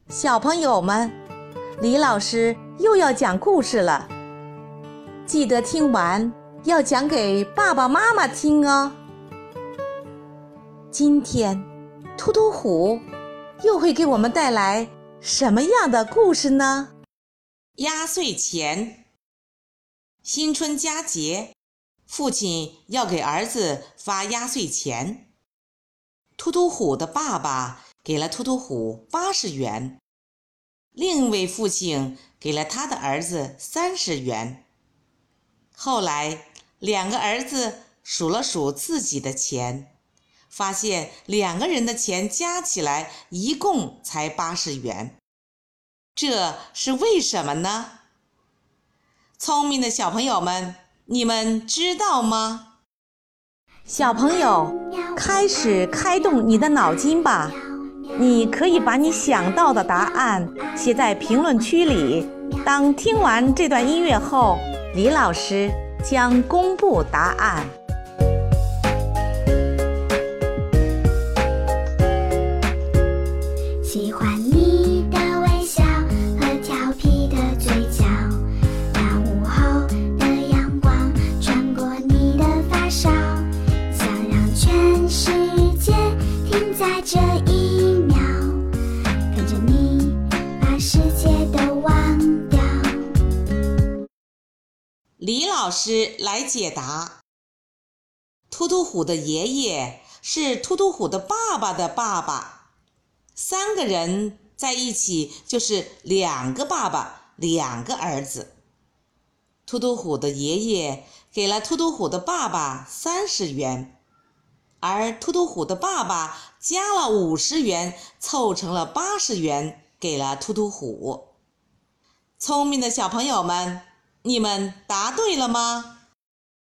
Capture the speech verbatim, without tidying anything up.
小朋友们，李老师又要讲故事了，记得听完要讲给爸爸妈妈听哦。今天，突突虎又会给我们带来什么样的故事呢？ 压岁钱。新春佳节，父亲要给儿子发压岁钱。突突虎的爸爸给了突突虎八十元，另一位父亲给了他的儿子三十元。后来，两个儿子数了数自己的钱，发现两个人的钱加起来一共才八十元。这是为什么呢？聪明的小朋友们，你们知道吗？ 小朋友，开始开动你的脑筋吧。你可以把你想到的答案写在评论区里。当听完这段音乐后，李老师将公布答案。 喜欢你的微笑和调皮的嘴角，那午后的阳光穿过你的发梢，想让全世界停在这一秒，跟着你把世界都忘掉。 李老师来解答。突突虎的爷爷是突突虎的爸爸的爸爸，三个人在一起就是两个爸爸，两个儿子。突突虎的爷爷给了突突虎的爸爸三十元，而突突虎的爸爸加了五十元，凑成了八十元，给了突突虎。聪明的小朋友们，你们答对了吗？